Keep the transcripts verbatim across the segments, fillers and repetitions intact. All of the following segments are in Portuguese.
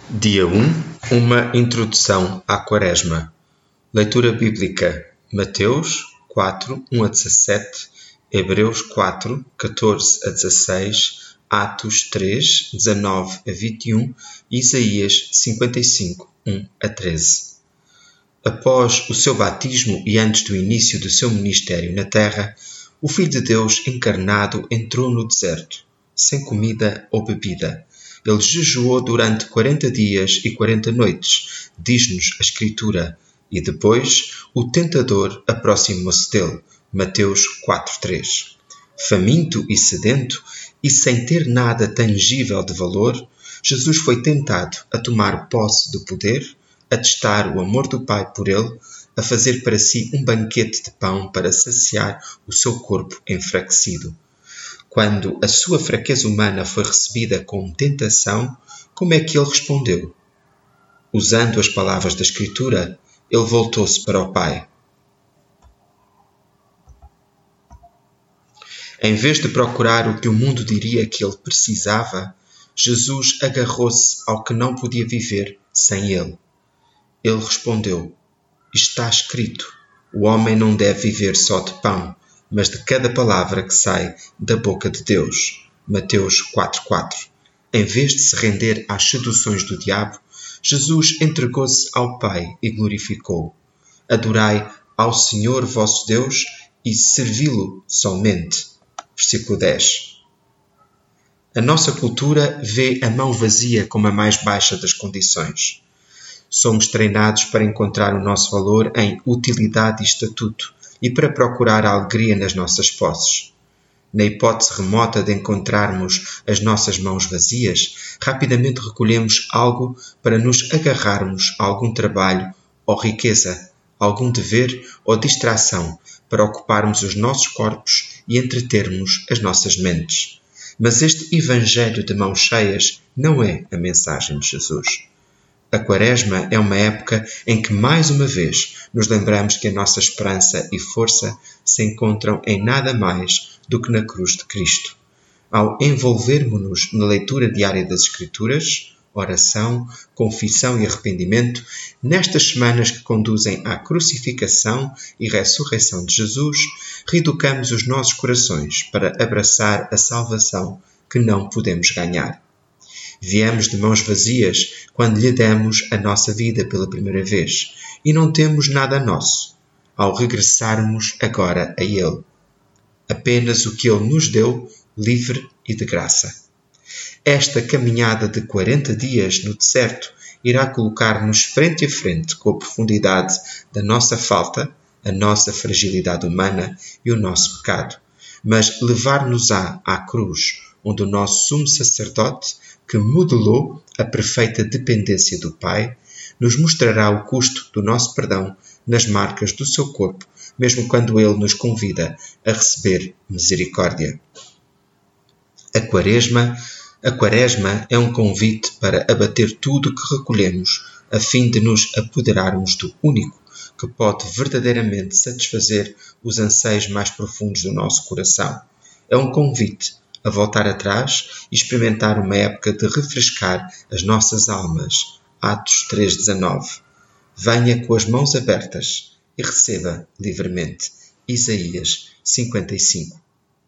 Dia um. Uma introdução à Quaresma. Leitura bíblica: Mateus quatro, um a dezassete, Hebreus quatro, catorze a dezasseis, Atos três, dezanove a vinte e um e Isaías cinquenta e cinco, um a treze. Após o seu batismo e antes do início do seu ministério na terra, o Filho de Deus encarnado entrou no deserto, sem comida ou bebida. Ele jejuou durante quarenta dias e quarenta noites, diz-nos a Escritura, e depois o tentador aproximou-se dele. Mateus quatro, três. Faminto e sedento, e sem ter nada tangível de valor, Jesus foi tentado a tomar posse do poder, a testar o amor do Pai por ele, a fazer para si um banquete de pão para saciar o seu corpo enfraquecido. Quando a sua fraqueza humana foi recebida como tentação, como é que ele respondeu? Usando as palavras da Escritura, ele voltou-se para o Pai. Em vez de procurar o que o mundo diria que ele precisava, Jesus agarrou-se ao que não podia viver sem ele. Ele respondeu: Está escrito, o homem não deve viver só de pão, mas de cada palavra que sai da boca de Deus. Mateus quatro, quatro. Em vez de se render às seduções do diabo, Jesus entregou-se ao Pai e glorificou. Adorai ao Senhor vosso Deus e servi-lo somente. Versículo dez. A nossa cultura vê a mão vazia como a mais baixa das condições. Somos treinados para encontrar o nosso valor em utilidade e estatuto, e para procurar a alegria nas nossas posses. Na hipótese remota de encontrarmos as nossas mãos vazias, rapidamente recolhemos algo para nos agarrarmos a algum trabalho ou riqueza, algum dever ou distração, para ocuparmos os nossos corpos e entretermos as nossas mentes. Mas este evangelho de mãos cheias não é a mensagem de Jesus. A Quaresma é uma época em que, mais uma vez, nos lembramos que a nossa esperança e força se encontram em nada mais do que na cruz de Cristo. Ao envolvermos-nos na leitura diária das Escrituras, oração, confissão e arrependimento, nestas semanas que conduzem à crucificação e ressurreição de Jesus, reeducamos os nossos corações para abraçar a salvação que não podemos ganhar. Viemos de mãos vazias quando lhe demos a nossa vida pela primeira vez e não temos nada nosso ao regressarmos agora a Ele. Apenas o que Ele nos deu, livre e de graça. Esta caminhada de quarenta dias no deserto irá colocar-nos frente a frente com a profundidade da nossa falta, a nossa fragilidade humana e o nosso pecado, mas levar-nos-á à cruz, onde o nosso sumo sacerdote, que modelou a perfeita dependência do Pai, nos mostrará o custo do nosso perdão nas marcas do seu corpo, mesmo quando Ele nos convida a receber misericórdia. A Quaresma, a Quaresma é um convite para abater tudo o que recolhemos, a fim de nos apoderarmos do único que pode verdadeiramente satisfazer os anseios mais profundos do nosso coração. É um convite a voltar atrás e experimentar uma época de refrescar as nossas almas. Atos três, dezanove. Venha com as mãos abertas e receba livremente. Isaías cinquenta e cinco.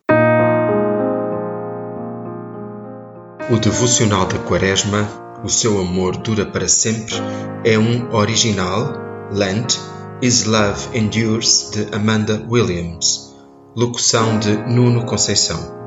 O devocional da Quaresma, O Seu Amor Dura para Sempre, é um original, Lent, His Love Endures, de Amanda Williams. Locução de Nuno Conceição.